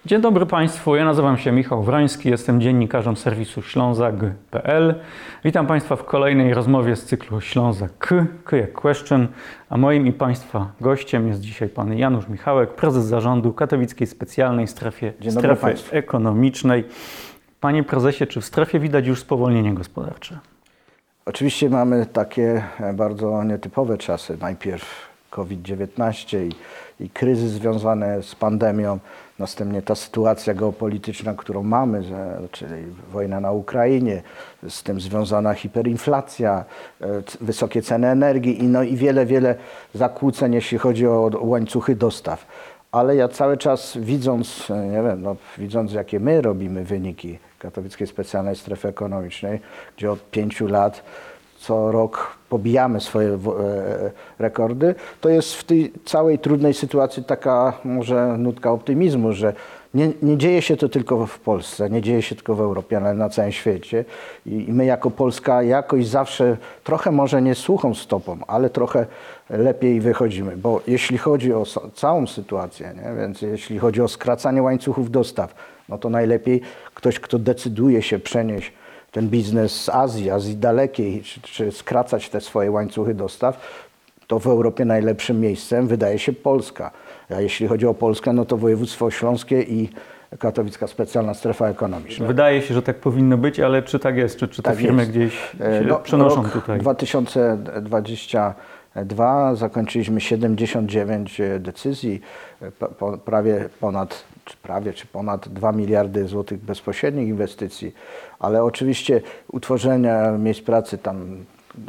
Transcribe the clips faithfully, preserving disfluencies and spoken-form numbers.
Dzień dobry Państwu, ja nazywam się Michał Wroński, jestem dziennikarzem serwisu ślązak kropka p l. Witam Państwa w kolejnej rozmowie z cyklu Ślązak K, K jak Question, a moim i Państwa gościem jest dzisiaj Pan Janusz Michałek, prezes zarządu Katowickiej Specjalnej Strefie, strefy Ekonomicznej. Panie prezesie, czy w strefie widać już spowolnienie gospodarcze? Oczywiście mamy takie bardzo nietypowe czasy. Najpierw COVID dziewiętnaście i, i kryzys związany z pandemią, następnie ta sytuacja geopolityczna, którą mamy, że, czyli wojna na Ukrainie, z tym związana hiperinflacja, wysokie ceny energii i, no, i wiele, wiele zakłóceń, jeśli chodzi o łańcuchy dostaw. Ale ja cały czas widząc, nie wiem, no, widząc jakie my robimy wyniki Katowickiej Specjalnej Strefy Ekonomicznej, gdzie od pięciu lat co rok pobijamy swoje rekordy, to jest w tej całej trudnej sytuacji taka może nutka optymizmu, że nie, nie dzieje się to tylko w Polsce, nie dzieje się tylko w Europie, ale na całym świecie. I, i my jako Polska jakoś zawsze trochę może nie suchą stopą, ale trochę lepiej wychodzimy. Bo jeśli chodzi o całą sytuację, nie? Więc jeśli chodzi o skracanie łańcuchów dostaw, no to najlepiej ktoś, kto decyduje się przenieść ten biznes z Azji, Azji dalekiej, czy, czy skracać te swoje łańcuchy dostaw, to w Europie najlepszym miejscem wydaje się Polska. A jeśli chodzi o Polskę, no to województwo śląskie i Katowicka Specjalna Strefa Ekonomiczna. Wydaje się, że tak powinno być, ale czy tak jest? Czy, czy te tak firmy jest. gdzieś się no, przenoszą rok tutaj? dwa tysiące dwudziesty drugi zakończyliśmy siedemdziesiąt dziewięć decyzji, po, prawie ponad czy prawie, czy ponad dwa miliardy złotych bezpośrednich inwestycji, ale oczywiście utworzenia miejsc pracy tam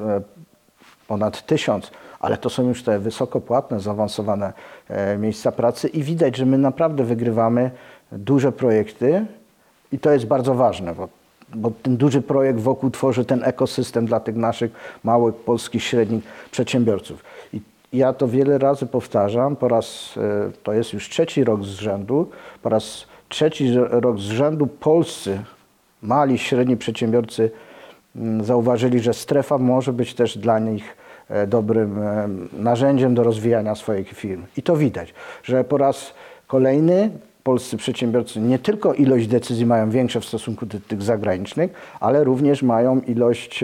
ponad tysiąc, ale to są już te wysoko płatne, zaawansowane miejsca pracy i widać, że my naprawdę wygrywamy duże projekty i to jest bardzo ważne, bo, bo ten duży projekt wokół tworzy ten ekosystem dla tych naszych małych, polskich, średnich przedsiębiorców. I ja to wiele razy powtarzam, po raz, to jest już trzeci rok z rzędu, po raz trzeci rok z rzędu polscy mali, średni przedsiębiorcy zauważyli, że strefa może być też dla nich dobrym narzędziem do rozwijania swoich firm. I to widać, że po raz kolejny polscy przedsiębiorcy nie tylko ilość decyzji mają większe w stosunku do tych zagranicznych, ale również mają ilość,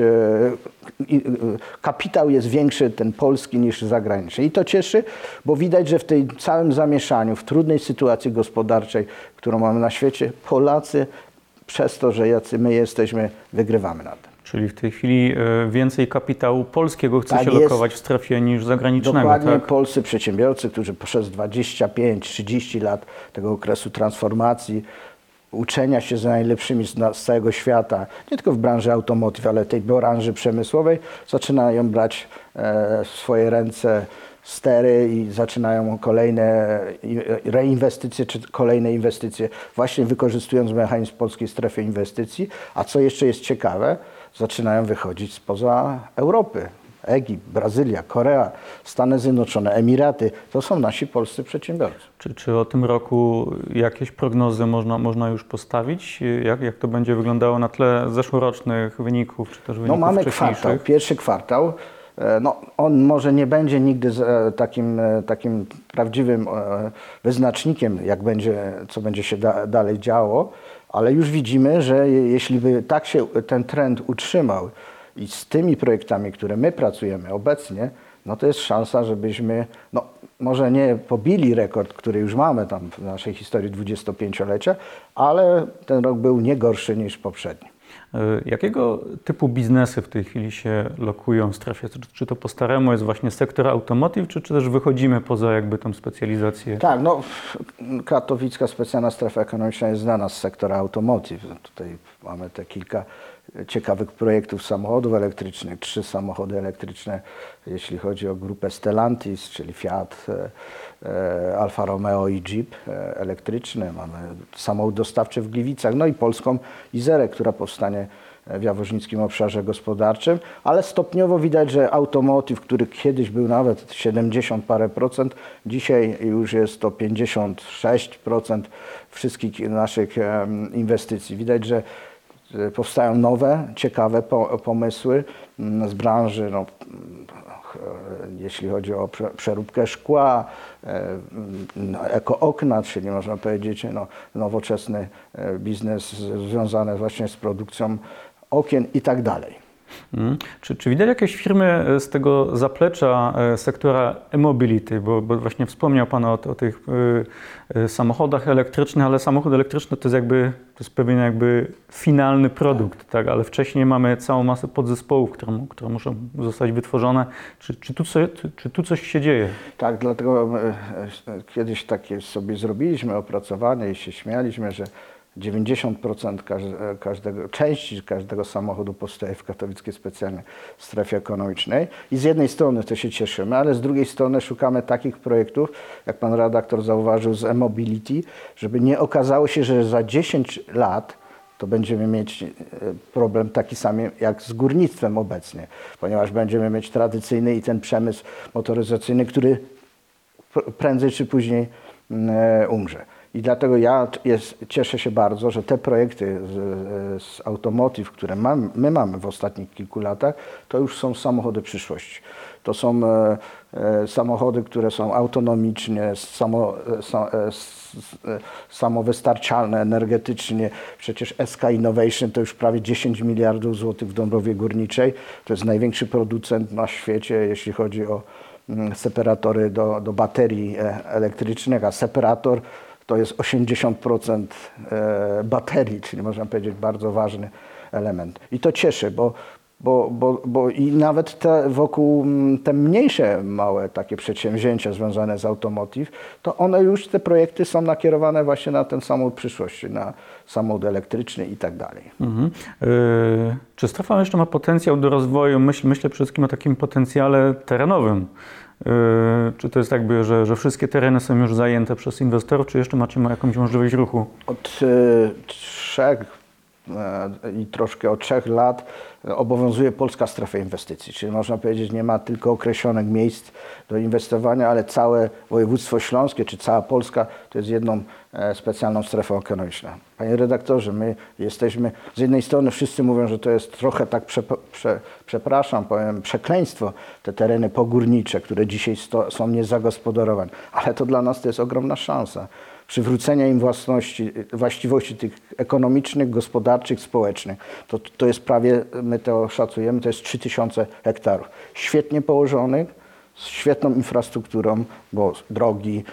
kapitał jest większy ten polski niż zagraniczny. I to cieszy, bo widać, że w tej całym zamieszaniu, w trudnej sytuacji gospodarczej, którą mamy na świecie, Polacy przez to, że jacy my jesteśmy, wygrywamy na tym. Czyli w tej chwili więcej kapitału polskiego chce tak się jest. lokować w strefie niż zagranicznego. Dokładnie, tak? Polscy przedsiębiorcy, którzy przez dwadzieścia pięć trzydzieści lat tego okresu transformacji, uczenia się z najlepszymi z, z całego świata, nie tylko w branży automotive, ale tej branży przemysłowej, zaczynają brać e, w swoje ręce stery i zaczynają kolejne reinwestycje czy kolejne inwestycje, właśnie wykorzystując mechanizm Polskiej Strefy Inwestycji. A co jeszcze jest ciekawe, zaczynają wychodzić spoza Europy. Egipt, Brazylia, Korea, Stany Zjednoczone, Emiraty. To są nasi polscy przedsiębiorcy. Czy, czy o tym roku jakieś prognozy można, można już postawić? Jak, jak to będzie wyglądało na tle zeszłorocznych wyników, czy też wyników No mamy wcześniejszych? kwartał, pierwszy kwartał. No, on może nie będzie nigdy takim, takim prawdziwym wyznacznikiem, jak będzie, co będzie się da, dalej działo, ale już widzimy, że jeśli by tak się ten trend utrzymał i z tymi projektami, które my pracujemy obecnie, no to jest szansa, żebyśmy, no może nie pobili rekord, który już mamy tam w naszej historii dwudziestopięciolecia, ale ten rok był nie gorszy niż poprzedni. Jakiego typu biznesy w tej chwili się lokują w strefie? Czy to po staremu jest właśnie sektor automotive, czy, czy też wychodzimy poza jakby tą specjalizację? Tak, no Katowicka Specjalna Strefa Ekonomiczna jest znana z sektora automotive. Tutaj mamy te kilka ciekawych projektów samochodów elektrycznych, trzy samochody elektryczne, jeśli chodzi o grupę Stellantis, czyli Fiat, Alfa Romeo i Jeep elektryczny. Mamy samochód dostawczy w Gliwicach, no i polską Izerę, która powstanie w Jaworznickim Obszarze Gospodarczym, ale stopniowo widać, że automotive, który kiedyś był nawet siedemdziesiąt parę procent, dzisiaj już jest to pięćdziesiąt sześć procent wszystkich naszych inwestycji. Widać, że powstają nowe, ciekawe po, pomysły z branży, no, jeśli chodzi o przeróbkę szkła, ekookna, czyli można powiedzieć no, nowoczesny biznes związany właśnie z produkcją okien i tak dalej. Hmm. Czy, czy widać jakieś firmy z tego zaplecza sektora e-mobility, bo, bo właśnie wspomniał Pan o, o tych y, samochodach elektrycznych, ale samochód elektryczny to jest jakby, to jest pewien jakby finalny produkt, tak? Ale wcześniej mamy całą masę podzespołów, które, które muszą zostać wytworzone. Czy, czy, tu, czy, czy tu coś się dzieje? Tak, dlatego kiedyś takie sobie zrobiliśmy opracowanie i się śmialiśmy, że dziewięćdziesiąt procent każdego, części każdego samochodu powstaje w katowickiej specjalnej strefie ekonomicznej i z jednej strony to się cieszymy, ale z drugiej strony szukamy takich projektów, jak pan redaktor zauważył, z e-mobility, żeby nie okazało się, że za dziesięć lat to będziemy mieć problem taki sam jak z górnictwem obecnie, ponieważ będziemy mieć tradycyjny i ten przemysł motoryzacyjny, który prędzej czy później umrze. I dlatego ja jest, cieszę się bardzo, że te projekty z, z Automotive, które mam, my mamy w ostatnich kilku latach, to już są samochody przyszłości. To są e, e, samochody, które są autonomiczne, samo, e, samowystarczalne energetycznie. Przecież S K Innovation to już prawie dziesięć miliardów złotych w Dąbrowie Górniczej. To jest największy producent na świecie, jeśli chodzi o mm, separatory do, do baterii elektrycznych, a separator to jest osiemdziesiąt procent baterii, czyli można powiedzieć bardzo ważny element. I to cieszy, bo, bo, bo, bo i nawet te wokół te mniejsze, małe takie przedsięwzięcia związane z Automotive, to one już, te projekty są nakierowane właśnie na ten samochód przyszłości, na samochód elektryczny i tak dalej. Mhm. Yy, czy strefa jeszcze ma potencjał do rozwoju? Myśl, myślę przede wszystkim o takim potencjale terenowym. Yy, czy to jest jakby, że, że wszystkie tereny są już zajęte przez inwestorów, czy jeszcze macie jakąś możliwość ruchu? Od y, trzech y, i troszkę od trzech lat obowiązuje polska strefa inwestycji, czyli można powiedzieć, nie ma tylko określonych miejsc do inwestowania, ale całe województwo śląskie, czy cała Polska to jest jedną e, specjalną strefą ekonomiczną. Panie redaktorze, my jesteśmy, z jednej strony wszyscy mówią, że to jest trochę tak, prze, prze, przepraszam, powiem, przekleństwo, te tereny pogórnicze, które dzisiaj sto, są niezagospodarowane, ale to dla nas to jest ogromna szansa. Przywrócenia im własności, właściwości tych ekonomicznych, gospodarczych, społecznych. To, to jest prawie, my to szacujemy, to jest trzy tysiące hektarów. Świetnie położonych, z świetną infrastrukturą, bo drogi,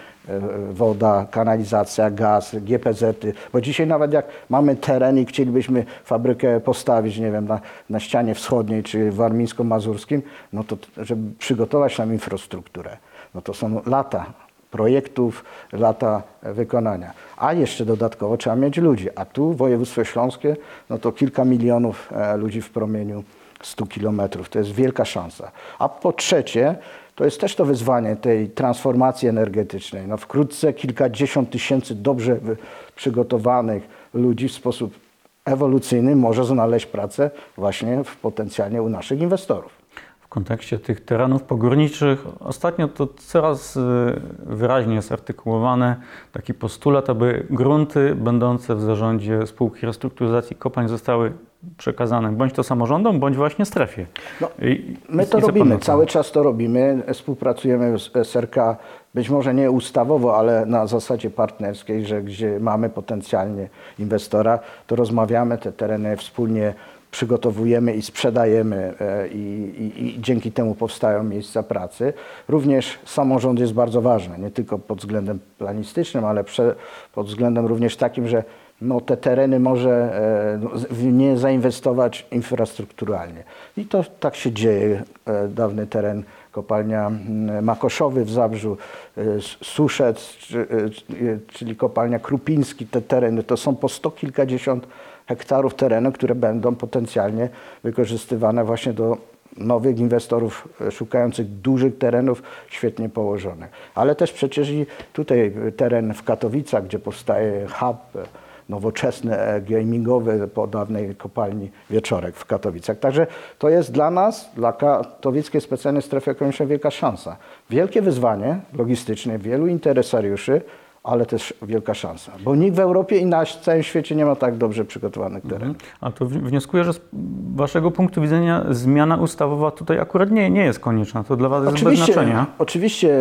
woda, kanalizacja, gaz, G P Z-y. Bo dzisiaj nawet jak mamy teren i chcielibyśmy fabrykę postawić, nie wiem, na, na ścianie wschodniej czy warmińsko-mazurskim, no to żeby przygotować tam infrastrukturę, no to są lata projektów, lata wykonania. A jeszcze dodatkowo trzeba mieć ludzi. A tu województwo śląskie, no to kilka milionów ludzi w promieniu stu kilometrów. To jest wielka szansa. A po trzecie, to jest też to wyzwanie tej transformacji energetycznej. No wkrótce kilkadziesiąt tysięcy dobrze przygotowanych ludzi w sposób ewolucyjny może znaleźć pracę właśnie w, potencjalnie u naszych inwestorów. W kontekście tych terenów pogórniczych ostatnio to coraz wyraźniej jest artykułowane taki postulat, aby grunty będące w zarządzie spółki restrukturyzacji kopalń zostały przekazane bądź to samorządom, bądź właśnie strefie. No, I, my i, to i robimy, cały czas to robimy. Współpracujemy z S R K, być może nie ustawowo, ale na zasadzie partnerskiej, że gdzie mamy potencjalnie inwestora, to rozmawiamy, te tereny wspólnie przygotowujemy i sprzedajemy i, i, i dzięki temu powstają miejsca pracy. Również samorząd jest bardzo ważny, nie tylko pod względem planistycznym, ale prze, pod względem również takim, że no, te tereny może w nie zainwestować infrastrukturalnie. I to tak się dzieje. Dawny teren kopalnia Makoszowy w Zabrzu, Suszec, czyli kopalnia Krupiński, te tereny to są po sto kilkadziesiąt hektarów terenu, które będą potencjalnie wykorzystywane właśnie do nowych inwestorów szukających dużych terenów świetnie położonych. Ale też przecież i tutaj teren w Katowicach, gdzie powstaje hub nowoczesny, gamingowy po dawnej kopalni Wieczorek w Katowicach. Także to jest dla nas, dla Katowickiej Specjalnej Strefy Ekonomicznej wielka szansa. Wielkie wyzwanie logistyczne, wielu interesariuszy, ale też wielka szansa, bo nikt w Europie i na całym świecie nie ma tak dobrze przygotowanych terenów. A to wnioskuję, że z waszego punktu widzenia zmiana ustawowa tutaj akurat nie, nie jest konieczna. To dla was jest bez znaczenia. Oczywiście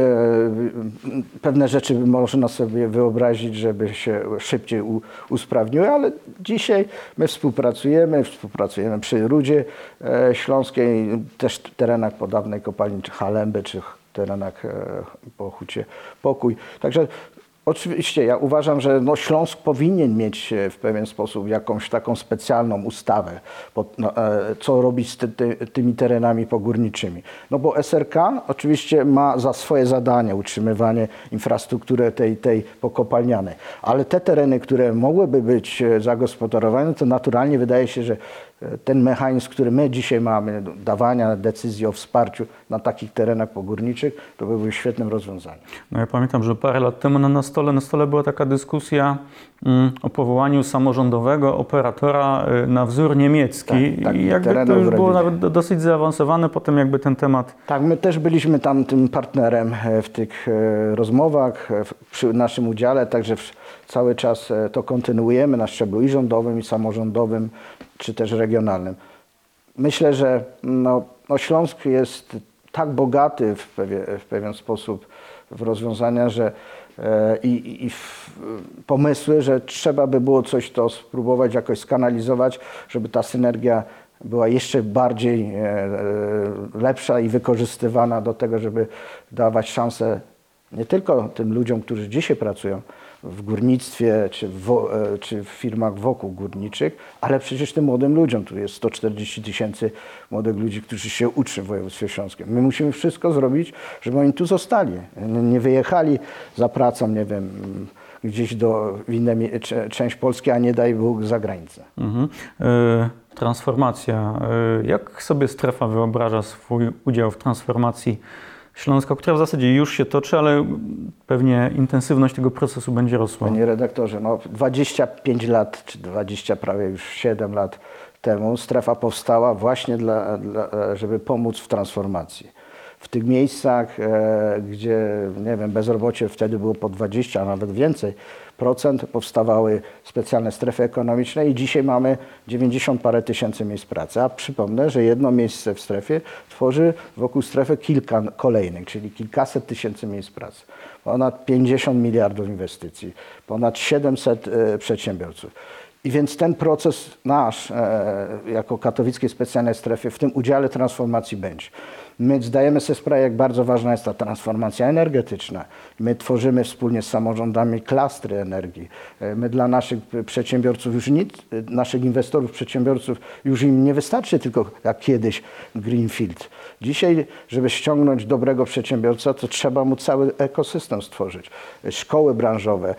pewne rzeczy można sobie wyobrazić, żeby się szybciej u, usprawniły, ale dzisiaj my współpracujemy, współpracujemy przy Rudzie Śląskiej, też terenach po dawnej kopalni czy Halemby, czy terenach po Hucie Pokój. Także oczywiście ja uważam, że no Śląsk powinien mieć w pewien sposób jakąś taką specjalną ustawę, pod, no, co robić z ty, ty, tymi terenami pogórniczymi. No bo S R K oczywiście ma za swoje zadanie utrzymywanie infrastruktury tej, tej pokopalnianej, ale te tereny, które mogłyby być zagospodarowane, to naturalnie wydaje się, że ten mechanizm, który my dzisiaj mamy, dawania decyzji o wsparciu na takich terenach pogórniczych, to byłby świetnym rozwiązaniem. No ja pamiętam, że parę lat temu na, na, stole, na stole była taka dyskusja mm, o powołaniu samorządowego operatora y, na wzór niemiecki. Tak, tak, i jakby to już było nawet do, dosyć zaawansowane, potem jakby ten temat... Tak, my też byliśmy tam tym partnerem w tych rozmowach, przy naszym udziale, także cały czas to kontynuujemy na szczeblu i rządowym, i samorządowym, czy też regionalnym. Myślę, że no, no Śląsk jest tak bogaty w pewien, w pewien sposób w rozwiązania, że e, i, i w pomysły, że trzeba by było coś to spróbować jakoś skanalizować, żeby ta synergia była jeszcze bardziej e, lepsza i wykorzystywana do tego, żeby dawać szansę nie tylko tym ludziom, którzy dzisiaj pracują w górnictwie czy w, czy w firmach wokół górniczych, ale przecież tym młodym ludziom, tu jest sto czterdzieści tysięcy młodych ludzi, którzy się uczą w województwie śląskim. My musimy wszystko zrobić, żeby oni tu zostali, nie wyjechali za pracą, nie wiem, gdzieś do w inną część Polski, a nie daj Bóg za granicę. Mhm. E, transformacja. E, jak sobie strefa wyobraża swój udział w transformacji Śląska, która w zasadzie już się toczy, ale pewnie intensywność tego procesu będzie rosła? Panie redaktorze, no dwadzieścia pięć lat, czy dwadzieścia prawie już siedem lat temu strefa powstała właśnie dla, dla, żeby pomóc w transformacji. W tych miejscach, e, gdzie, nie wiem, bezrobocie wtedy było po dwadzieścia, a nawet więcej procent, powstawały specjalne strefy ekonomiczne i dzisiaj mamy dziewięćdziesiąt parę tysięcy miejsc pracy. A przypomnę, że jedno miejsce w strefie tworzy wokół strefy kilka kolejnych, czyli kilkaset tysięcy miejsc pracy. Ponad pięćdziesiąt miliardów inwestycji, ponad siedemset e, przedsiębiorców. I więc ten proces nasz, e, jako katowickiej specjalnej strefy, w tym udziale transformacji będzie. My zdajemy sobie sprawę, jak bardzo ważna jest ta transformacja energetyczna. My tworzymy wspólnie z samorządami klastry energii. My dla naszych przedsiębiorców już nic, naszych inwestorów, przedsiębiorców już im nie wystarczy tylko jak kiedyś greenfield. Dzisiaj, żeby ściągnąć dobrego przedsiębiorcę, to trzeba mu cały ekosystem stworzyć. Szkoły branżowe,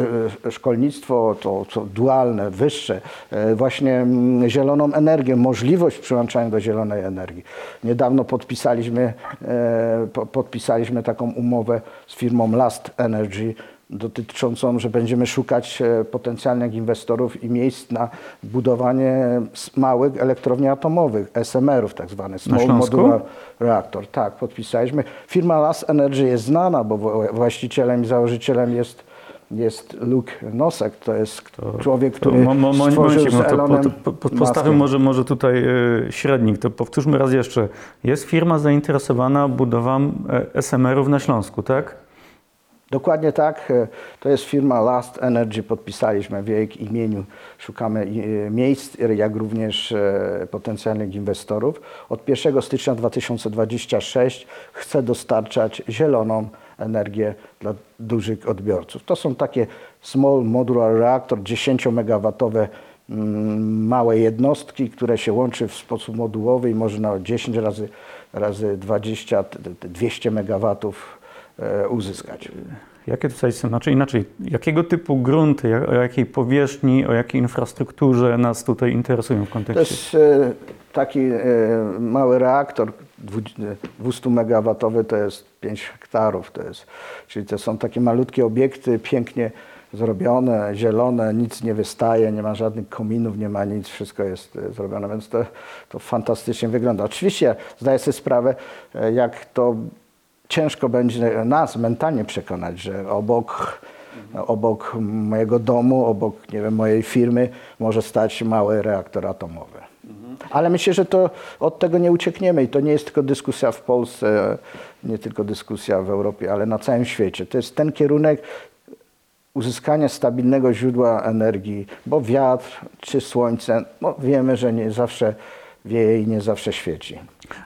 szkolnictwo to, to dualne, wyższe, właśnie zieloną energię, możliwość przyłączania do zielonej energii. Niedawno podpisaliśmy Podpisaliśmy, podpisaliśmy taką umowę z firmą Last Energy dotyczącą, że będziemy szukać potencjalnych inwestorów i miejsc na budowanie małych elektrowni atomowych, S M R-ów tak zwanych, Small Modular Reactor. Tak, podpisaliśmy. Firma Last Energy jest znana, bo właścicielem i założycielem jest Jest Luke Nosek, to jest to, człowiek, który to, mo, mo, stworzył momencik, z Elonem to, po, po, Postawmy może, może tutaj y, średnik, to powtórzmy raz jeszcze. Jest firma zainteresowana budową S M R-ów na Śląsku, tak? Dokładnie tak. To jest firma Last Energy. Podpisaliśmy w jej imieniu. Szukamy miejsc, jak również potencjalnych inwestorów. Od pierwszego stycznia dwa tysiące dwudziestego szóstego chce dostarczać zieloną energię dla dużych odbiorców. To są takie Small Modular Reactor, dziesięciomegawatowe małe jednostki, które się łączy w sposób modułowy i można dziesięć razy, razy dwadzieścia, dwieście megawatów uzyskać. Jakie tutaj są, znaczy inaczej, jakiego typu grunty, o jakiej powierzchni, o jakiej infrastrukturze nas tutaj interesują w kontekście? To jest taki mały reaktor dwustumegawatowy, to jest pięć hektarów, to jest, czyli to są takie malutkie obiekty, pięknie zrobione, zielone, nic nie wystaje, nie ma żadnych kominów, nie ma nic, wszystko jest zrobione, więc to, to fantastycznie wygląda. Oczywiście zdaję sobie sprawę, jak to ciężko będzie nas mentalnie przekonać, że obok obok mojego domu, obok, nie wiem, mojej firmy może stać mały reaktor atomowy. Ale myślę, że to od tego nie uciekniemy i to nie jest tylko dyskusja w Polsce, nie tylko dyskusja w Europie, ale na całym świecie. To jest ten kierunek uzyskania stabilnego źródła energii, bo wiatr czy słońce, no wiemy, że nie zawsze wieje i nie zawsze świeci.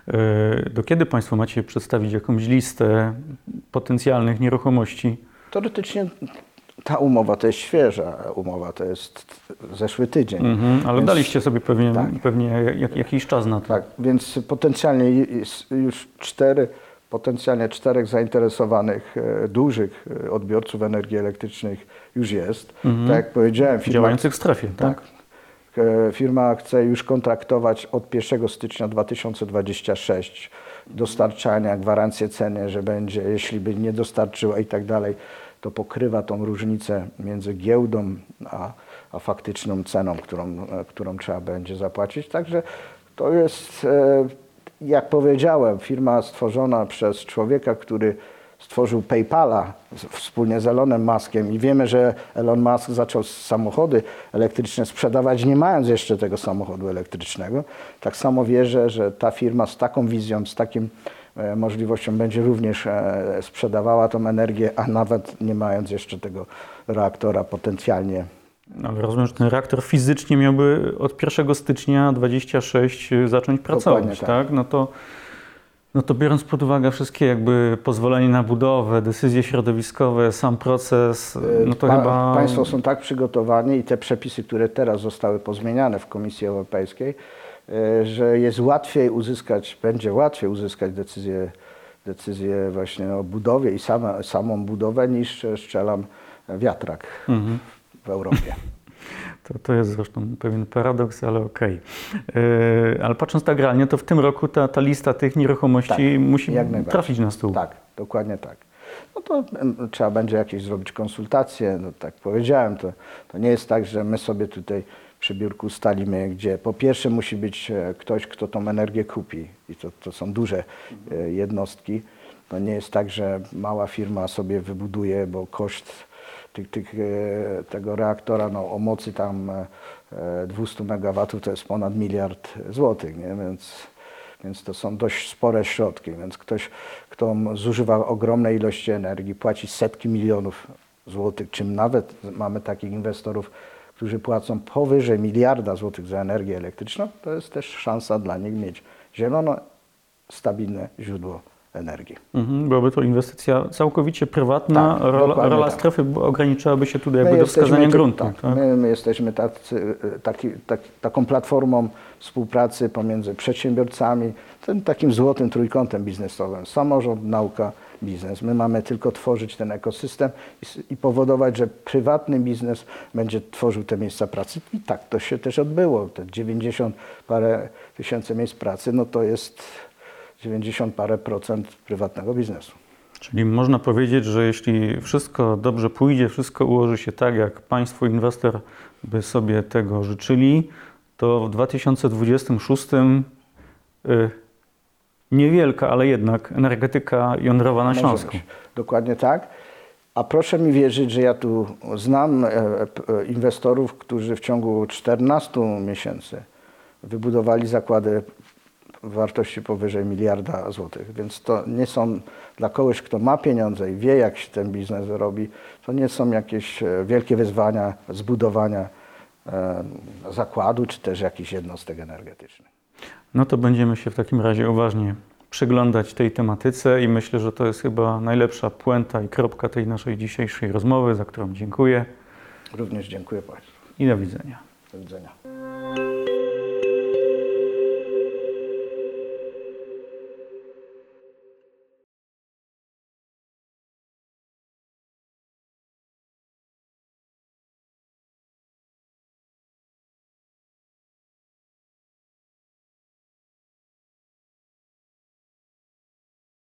Do kiedy Państwo macie przedstawić jakąś listę potencjalnych nieruchomości? Teoretycznie ta umowa to jest świeża umowa, to jest zeszły tydzień. Mhm, ale Więc, daliście sobie pewnie, tak. pewnie jak, jakiś czas na to. Tak, więc potencjalnie jest już cztery, potencjalnie czterech zainteresowanych e, dużych e, odbiorców energii elektrycznej już jest. Mhm. Tak jak powiedziałem, firma, Działających w strefie, tak? tak. E, firma chce już kontraktować od pierwszego stycznia dwa tysiące dwudziestego szóstego dostarczania, gwarancję ceny, że będzie, jeśli by nie dostarczyła i tak dalej, to pokrywa tą różnicę między giełdą a, a faktyczną ceną, którą, którą trzeba będzie zapłacić. Także to jest, jak powiedziałem, firma stworzona przez człowieka, który stworzył PayPala wspólnie z Elonem Muskiem i wiemy, że Elon Musk zaczął samochody elektryczne sprzedawać, nie mając jeszcze tego samochodu elektrycznego. Tak samo wierzę, że ta firma z taką wizją, z takim możliwością będzie również sprzedawała tą energię, a nawet nie mając jeszcze tego reaktora potencjalnie. Ale rozumiem, że ten reaktor fizycznie miałby od pierwszego stycznia dwudziestego szóstego zacząć pracować, Dokładnie tak. tak? No to, no to biorąc pod uwagę wszystkie jakby pozwolenie na budowę, decyzje środowiskowe, sam proces, no to pa, chyba... Państwo są tak przygotowani i te przepisy, które teraz zostały pozmieniane w Komisji Europejskiej, że jest łatwiej uzyskać, będzie łatwiej uzyskać decyzję, decyzję właśnie o budowie i same, samą budowę niż strzelam wiatrak mhm. w Europie. To, to jest zresztą pewien paradoks, ale okej. Okay. Ale patrząc tak realnie, to w tym roku ta, ta lista tych nieruchomości tak, musi trafić na stół. Tak, dokładnie tak. No to trzeba będzie jakieś zrobić konsultacje, no tak powiedziałem, to, to nie jest tak, że my sobie tutaj przy biurku ustalimy, gdzie po pierwsze musi być ktoś, kto tą energię kupi i to, to są duże jednostki. To nie jest tak, że mała firma sobie wybuduje, bo koszt tych, tych, tego reaktora no, o mocy tam dwieście megawatów to jest ponad miliard złotych, nie? Więc, więc to są dość spore środki, więc ktoś, kto zużywa ogromne ilości energii, płaci setki milionów złotych, czym nawet mamy takich inwestorów, którzy płacą powyżej miliarda złotych za energię elektryczną, to jest też szansa dla nich mieć zielono, stabilne źródło energii. Mhm, byłaby to inwestycja całkowicie prywatna, tak, rola, rola tak. strefy ograniczałaby się tutaj jakby do wskazania tu, gruntu. Tak, tak? My, my jesteśmy tacy, taki, tak, taką platformą współpracy pomiędzy przedsiębiorcami, tym takim złotym trójkątem biznesowym, samorząd, nauka, biznes. My mamy tylko tworzyć ten ekosystem i, i powodować, że prywatny biznes będzie tworzył te miejsca pracy. I tak to się też odbyło. Te dziewięćdziesiąt parę tysięcy miejsc pracy, no to jest dziewięćdziesiąt parę procent prywatnego biznesu. Czyli można powiedzieć, że jeśli wszystko dobrze pójdzie, wszystko ułoży się tak, jak państwo, inwestor by sobie tego życzyli, to w dwa tysiące dwudziestym szóstym y, niewielka, ale jednak energetyka jądrowa na Śląsku. Dokładnie tak. A proszę mi wierzyć, że ja tu znam inwestorów, którzy w ciągu czternastu miesięcy wybudowali zakłady w wartości powyżej miliarda złotych. Więc to nie są dla kogoś, kto ma pieniądze i wie, jak się ten biznes robi, to nie są jakieś wielkie wyzwania zbudowania zakładu, czy też jakichś jednostek energetycznych. No to będziemy się w takim razie uważnie przyglądać tej tematyce i myślę, że to jest chyba najlepsza puenta i kropka tej naszej dzisiejszej rozmowy, za którą dziękuję. Również dziękuję Państwu. I do widzenia. Do widzenia.